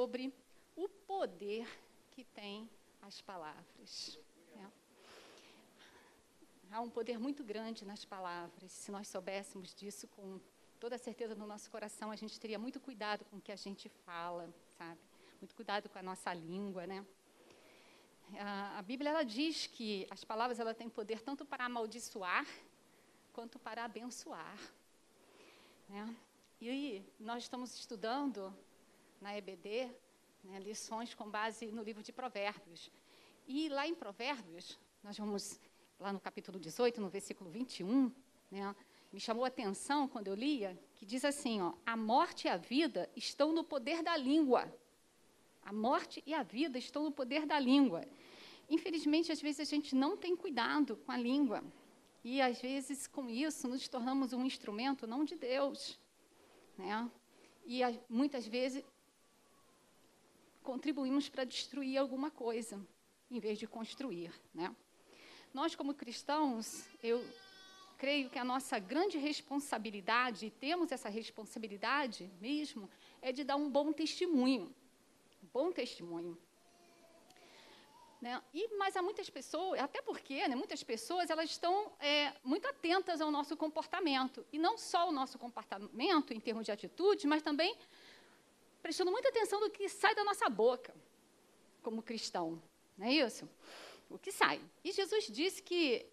sobre o poder que tem as palavras. Né? Há um poder muito grande nas palavras. Se nós soubéssemos disso com toda a certeza no nosso coração, a gente teria muito cuidado com o que a gente fala, sabe? Muito cuidado com a nossa língua, né? A Bíblia, ela diz que as palavras, ela têm poder tanto para amaldiçoar, quanto para abençoar. Né? E nós estamos estudando, na EBD, né, lições com base no livro de Provérbios. E lá em Provérbios, nós vamos, lá no capítulo 18, no versículo 21, né, me chamou a atenção quando eu lia, que diz assim, ó, a morte e a vida estão no poder da língua. A morte e a vida estão no poder da língua. Infelizmente, às vezes, a gente não tem cuidado com a língua. E, às vezes, com isso, nos tornamos um instrumento não de Deus. Né? E, muitas vezes, contribuímos para destruir alguma coisa, em vez de construir. Né? Nós, como cristãos, eu creio que a nossa grande responsabilidade, e temos essa responsabilidade mesmo, é de dar um bom testemunho. Bom testemunho. Né? Mas há muitas pessoas, até porque muitas pessoas elas estão muito atentas ao nosso comportamento. E não só o nosso comportamento em termos de atitude, mas também prestando muita atenção no que sai da nossa boca, como cristão. Não é isso? O que sai. E Jesus disse que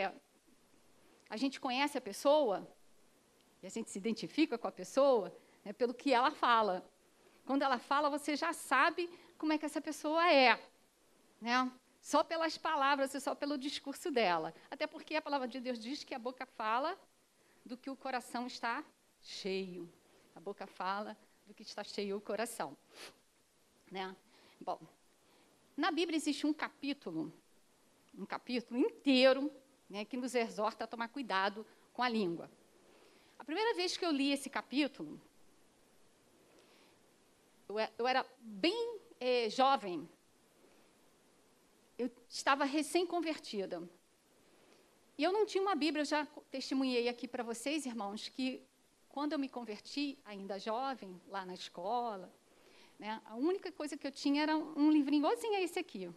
a gente conhece a pessoa, e a gente se identifica com a pessoa, né, pelo que ela fala. Quando ela fala, você já sabe como é que essa pessoa é. Né? Só pelas palavras e só pelo discurso dela. Até porque a palavra de Deus diz que a boca fala do que o coração está cheio. A boca fala do que está cheio o coração. Né? Bom, na Bíblia existe um capítulo inteiro, né, que nos exorta a tomar cuidado com a língua. A primeira vez que eu li esse capítulo, eu era bem jovem. Eu estava recém-convertida. E eu não tinha uma Bíblia, eu já testemunhei aqui para vocês, irmãos, que quando eu me converti, ainda jovem, lá na escola, né, a única coisa que eu tinha era um livrinho igualzinho a esse aqui.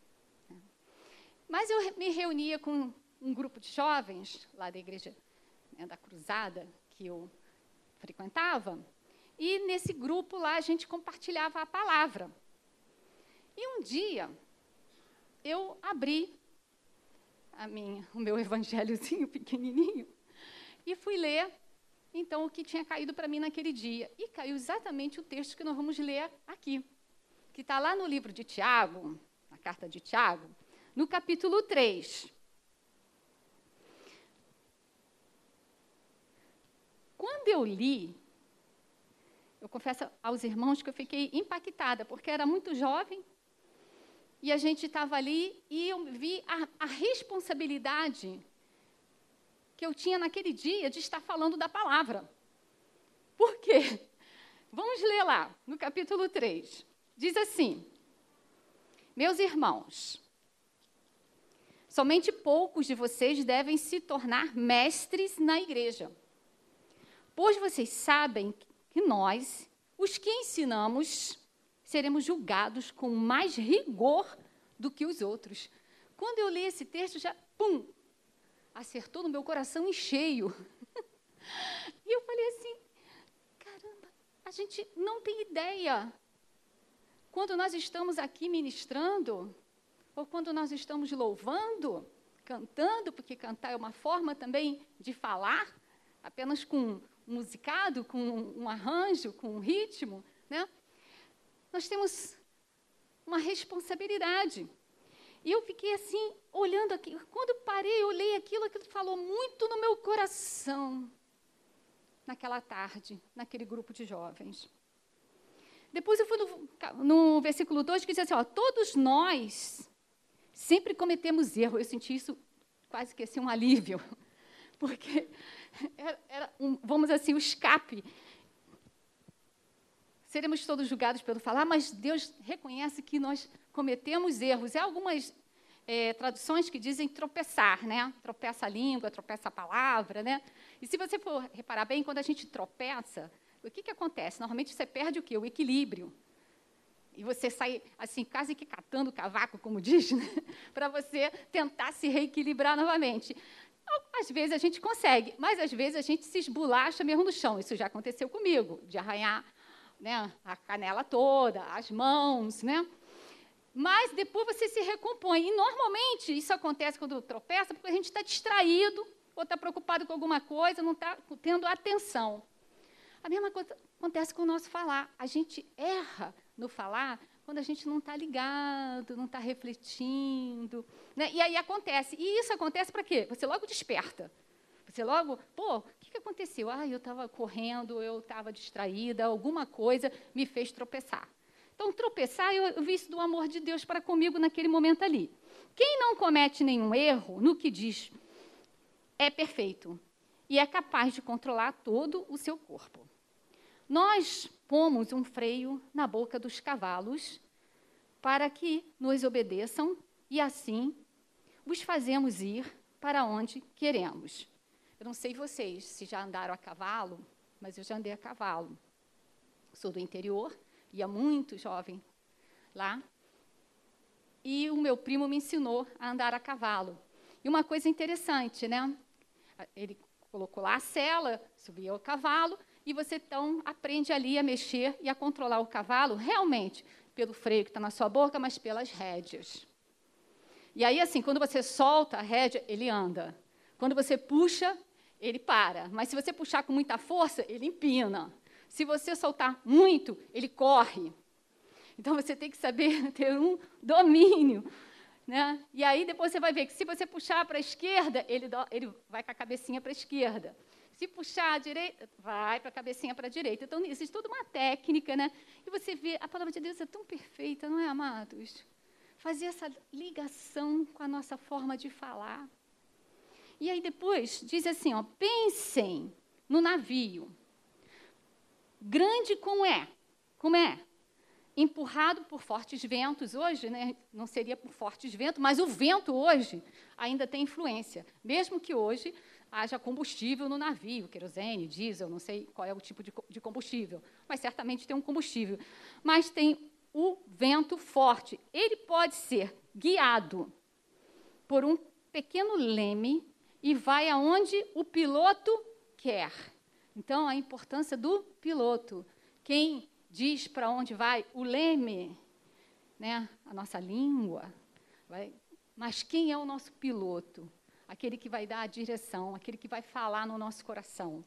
Mas eu me reunia com um grupo de jovens, lá da igreja, né, da Cruzada, que eu frequentava, e nesse grupo lá a gente compartilhava a palavra. E um dia eu abri o meu evangelhozinho pequenininho e fui ler, então, o que tinha caído para mim naquele dia. E caiu exatamente o texto que nós vamos ler aqui, que está lá no livro de Tiago, na carta de Tiago, no capítulo 3. Quando eu li, eu confesso aos irmãos que eu fiquei impactada, porque era muito jovem, e a gente estava ali e eu vi a responsabilidade que eu tinha naquele dia de estar falando da palavra. Por quê? Vamos ler lá, no capítulo 3. Diz assim, meus irmãos, somente poucos de vocês devem se tornar mestres na igreja, pois vocês sabem que nós, os que ensinamos, seremos julgados com mais rigor do que os outros. Quando eu li esse texto, já, acertou no meu coração em cheio. E eu falei assim, caramba, a gente não tem ideia. Quando nós estamos aqui ministrando, ou quando nós estamos louvando, cantando, porque cantar é uma forma também de falar, apenas com um musicado, com um arranjo, com um ritmo, né? Nós temos uma responsabilidade. E eu fiquei assim, olhando aqui. Quando eu parei, eu olhei aquilo falou muito no meu coração, naquela tarde, naquele grupo de jovens. Depois eu fui no versículo 2, que diz assim, ó, todos nós sempre cometemos erros. Eu senti isso quase que assim, um alívio, porque era vamos assim, o escape. Seremos todos julgados pelo falar, mas Deus reconhece que nós cometemos erros. Há algumas traduções que dizem tropeçar, né? Tropeça a língua, tropeça a palavra, né? E se você for reparar bem, quando a gente tropeça, o que acontece? Normalmente você perde o quê? O equilíbrio. e você sai, assim, quase que catando o cavaco, como diz, né? Para você tentar se reequilibrar novamente. Às vezes a gente consegue, mas às vezes a gente se esbolacha mesmo no chão. Isso já aconteceu comigo, de arranhar, né, a canela toda, as mãos, né? Mas depois você se recompõe. E, normalmente, isso acontece quando tropeça, porque a gente está distraído, ou está preocupado com alguma coisa, não está tendo atenção. A mesma coisa acontece com o nosso falar. A gente erra no falar quando a gente não está ligado, não está refletindo, né? E aí acontece. E isso acontece para quê? Você logo desperta. Você logo, o que aconteceu? Eu estava correndo, eu estava distraída, alguma coisa me fez tropeçar. Então, tropeçar, eu vi isso do amor de Deus para comigo naquele momento ali. Quem não comete nenhum erro no que diz é perfeito e é capaz de controlar todo o seu corpo. Nós pomos um freio na boca dos cavalos para que nos obedeçam e, assim, os fazemos ir para onde queremos. Eu não sei vocês se já andaram a cavalo, mas eu já andei a cavalo. Sou do interior, ia muito jovem lá, e o meu primo me ensinou a andar a cavalo. E uma coisa interessante, né? Ele colocou lá a sela, subia o cavalo, e você, então, aprende ali a mexer e a controlar o cavalo, realmente, pelo freio que está na sua boca, mas pelas rédeas. E aí, assim, quando você solta a rédea, ele anda. Quando você puxa, ele para. Mas se você puxar com muita força, ele empina. Se você soltar muito, ele corre. Então, você tem que saber ter um domínio, né? E aí, depois você vai ver que se você puxar para a esquerda, ele vai com a cabecinha para a esquerda. Se puxar à direita, vai para a cabecinha para a direita. Então, existe toda uma técnica, né? E você vê, a palavra de Deus é tão perfeita, não é, amados? Fazer essa ligação com a nossa forma de falar. E aí, depois, diz assim, pensem no navio. Grande como é? Empurrado por fortes ventos hoje, né? Não seria por fortes ventos, mas o vento hoje ainda tem influência. Mesmo que hoje haja combustível no navio, querosene, diesel, não sei qual é o tipo de combustível, mas certamente tem um combustível. Mas tem o vento forte. Ele pode ser guiado por um pequeno leme e vai aonde o piloto quer. Então, a importância do piloto. Quem diz para onde vai? O leme, né? A nossa língua. Mas quem é o nosso piloto? Aquele que vai dar a direção, aquele que vai falar no nosso coração.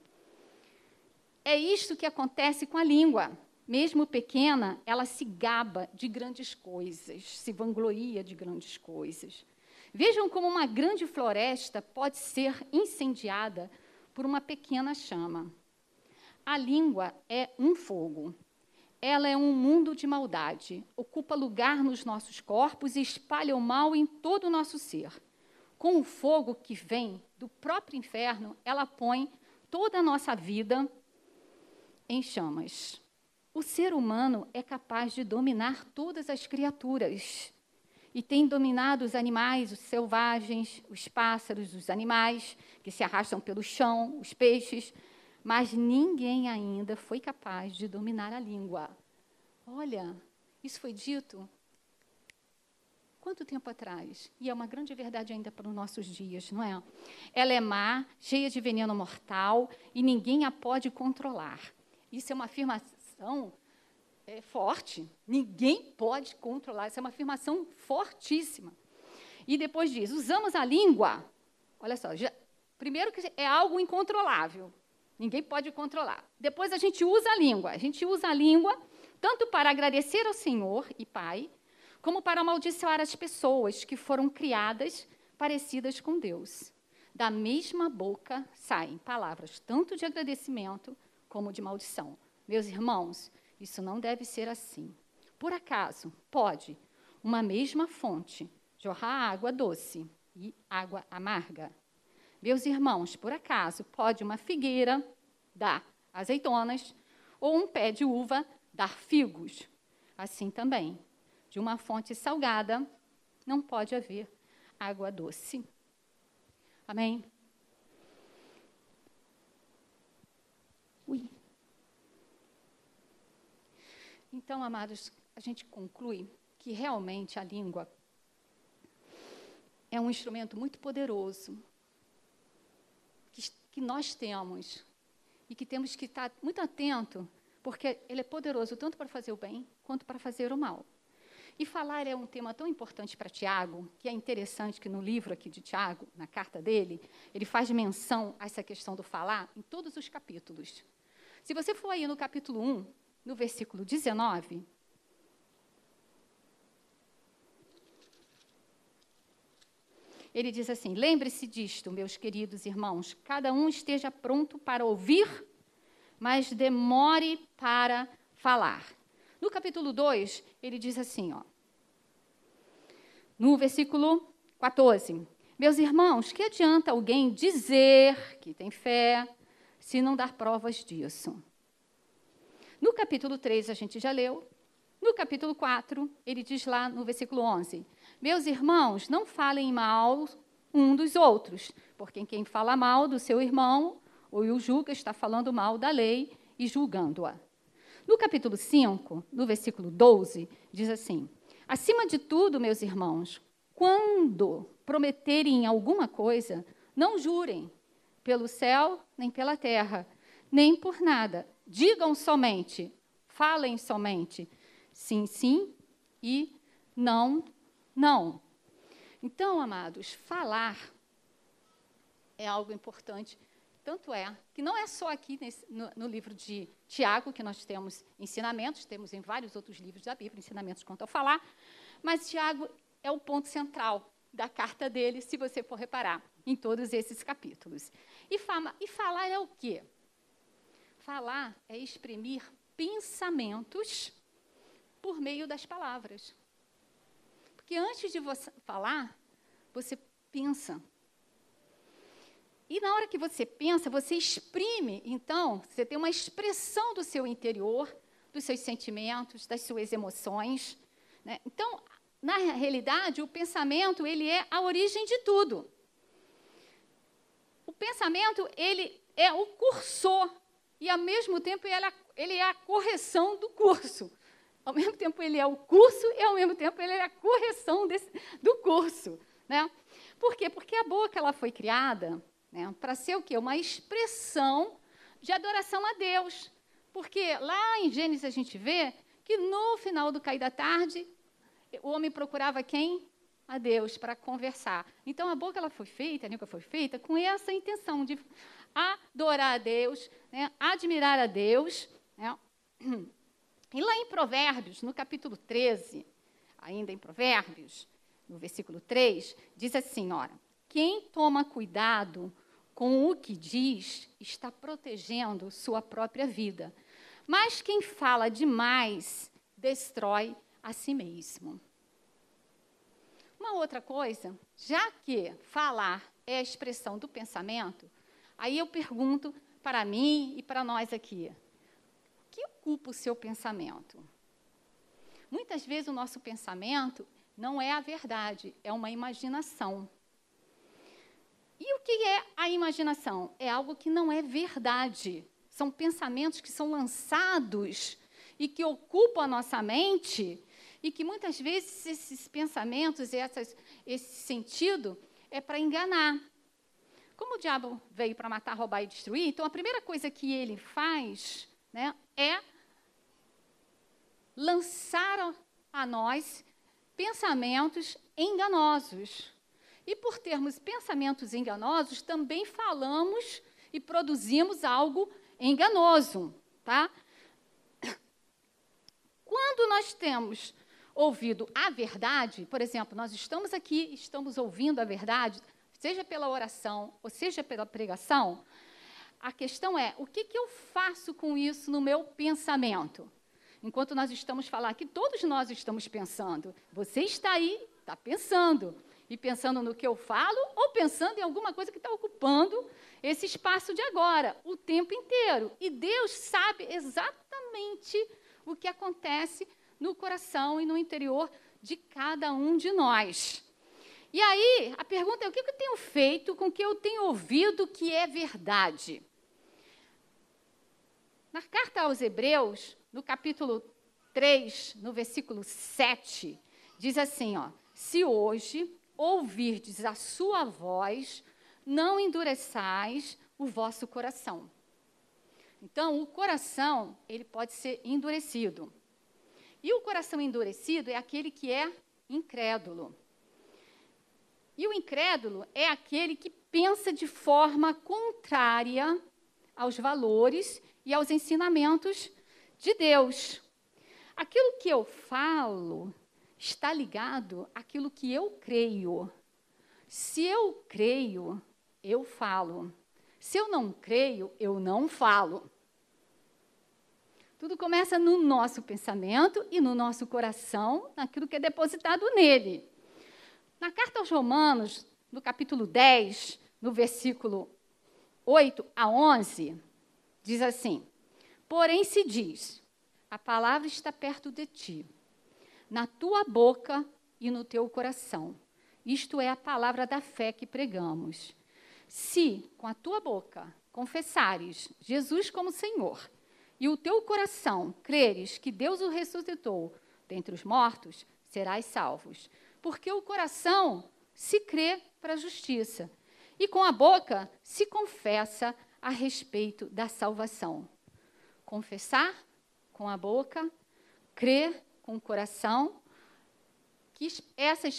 É isto que acontece com a língua. Mesmo pequena, ela se gaba de grandes coisas, se vangloria de grandes coisas. Vejam como uma grande floresta pode ser incendiada por uma pequena chama. A língua é um fogo. Ela é um mundo de maldade, ocupa lugar nos nossos corpos e espalha o mal em todo o nosso ser. Com o fogo que vem do próprio inferno, ela põe toda a nossa vida em chamas. O ser humano é capaz de dominar todas as criaturas e tem dominado os animais, os selvagens, os pássaros, os animais que se arrastam pelo chão, os peixes, mas ninguém ainda foi capaz de dominar a língua. Olha, isso foi dito quanto tempo atrás? E é uma grande verdade ainda para os nossos dias, não é? Ela é má, cheia de veneno mortal, e ninguém a pode controlar. Isso é uma afirmação forte. Ninguém pode controlar. Isso é uma afirmação fortíssima. E depois diz, usamos a língua. Olha só, primeiro que é algo incontrolável. Ninguém pode controlar. Depois a gente usa a língua. A gente usa a língua tanto para agradecer ao Senhor e Pai, como para amaldiçoar as pessoas que foram criadas parecidas com Deus. Da mesma boca saem palavras tanto de agradecimento como de maldição. Meus irmãos, isso não deve ser assim. Por acaso, pode uma mesma fonte jorrar água doce e água amarga? Meus irmãos, por acaso, pode uma figueira dar azeitonas ou um pé de uva dar figos? Assim também, de uma fonte salgada não pode haver água doce. Amém? Então, amados, a gente conclui que realmente a língua é um instrumento muito poderoso que nós temos e que temos que estar muito atento, porque ele é poderoso tanto para fazer o bem quanto para fazer o mal. E falar é um tema tão importante para Tiago, que é interessante que no livro aqui de Tiago, na carta dele, ele faz menção a essa questão do falar em todos os capítulos. Se você for aí no capítulo 1, no versículo 19, ele diz assim: lembre-se disto, meus queridos irmãos, cada um esteja pronto para ouvir, mas demore para falar. No capítulo 2, ele diz assim, ó, no versículo 14, meus irmãos, que adianta alguém dizer que tem fé, se não dar provas disso? No capítulo 3, a gente já leu. No capítulo 4, ele diz lá no versículo 11, meus irmãos, não falem mal um dos outros, porque quem fala mal do seu irmão ou o julga está falando mal da lei e julgando-a. No capítulo 5, no versículo 12, diz assim, acima de tudo, meus irmãos, quando prometerem alguma coisa, não jurem pelo céu, nem pela terra, nem por nada. Digam somente, falem somente, sim, sim, e não, não. Então, amados, falar é algo importante. Tanto é que não é só aqui no livro de Tiago que nós temos ensinamentos, temos em vários outros livros da Bíblia ensinamentos quanto ao falar, mas Tiago é o ponto central da carta dele, se você for reparar, em todos esses capítulos. E falar é o quê? Falar é exprimir pensamentos por meio das palavras. Porque antes de você falar, você pensa. E na hora que você pensa, você exprime, então, você tem uma expressão do seu interior, dos seus sentimentos, das suas emoções, né? Então, na realidade, o pensamento, ele é a origem de tudo. O pensamento, ele é o cursor, e, ao mesmo tempo, ele é a correção do curso. Ao mesmo tempo, ele é o curso, e, ao mesmo tempo, ele é a correção do curso, né? Por quê? Porque a boca, ela foi criada, né, para ser o quê? Uma expressão de adoração a Deus. Porque lá em Gênesis a gente vê que no final do cair da tarde, o homem procurava quem? A Deus, para conversar. Então a boca ela foi feita, a língua foi feita com essa intenção de adorar a Deus, né, admirar a Deus. Né? E lá em Provérbios, no capítulo 13, ainda em Provérbios, no versículo 3, diz assim, ora, quem toma cuidado com o que diz está protegendo sua própria vida. Mas quem fala demais destrói a si mesmo. Uma outra coisa, já que falar é a expressão do pensamento, aí eu pergunto para mim e para nós aqui, o que ocupa o seu pensamento? Muitas vezes o nosso pensamento não é a verdade, é uma imaginação. E o que é a imaginação? É algo que não é verdade. São pensamentos que são lançados e que ocupam a nossa mente e que muitas vezes esses pensamentos, esse sentido, é para enganar. Como o diabo veio para matar, roubar e destruir, então a primeira coisa que ele faz, né, é lançar a nós pensamentos enganosos. E por termos pensamentos enganosos, também falamos e produzimos algo enganoso, tá? Quando nós temos ouvido a verdade, por exemplo, nós estamos aqui, estamos ouvindo a verdade, seja pela oração ou seja pela pregação, a questão é, o que eu faço com isso no meu pensamento? Enquanto nós estamos falando aqui, todos nós estamos pensando. Você está aí, está pensando. E pensando no que eu falo, ou pensando em alguma coisa que está ocupando esse espaço de agora, o tempo inteiro. E Deus sabe exatamente o que acontece no coração e no interior de cada um de nós. E aí, a pergunta é, o que eu tenho feito com o que eu tenho ouvido que é verdade? Na carta aos Hebreus, no capítulo 3, no versículo 7, diz assim, ó: se hoje ouvirdes a sua voz, não endureçais o vosso coração. Então, o coração, ele pode ser endurecido. E o coração endurecido é aquele que é incrédulo. E o incrédulo é aquele que pensa de forma contrária aos valores e aos ensinamentos de Deus. Aquilo que eu falo está ligado àquilo que eu creio. Se eu creio, eu falo. Se eu não creio, eu não falo. Tudo começa no nosso pensamento e no nosso coração, naquilo que é depositado nele. Na carta aos Romanos, no capítulo 10, no versículo 8 a 11, diz assim: porém se diz, a palavra está perto de ti, na tua boca e no teu coração. Isto é a palavra da fé que pregamos. Se com a tua boca confessares Jesus como Senhor, e o teu coração creres que Deus o ressuscitou dentre os mortos, serás salvos. Porque o coração se crê para a justiça, e com a boca se confessa a respeito da salvação. Confessar com a boca, crer com o coração, que essas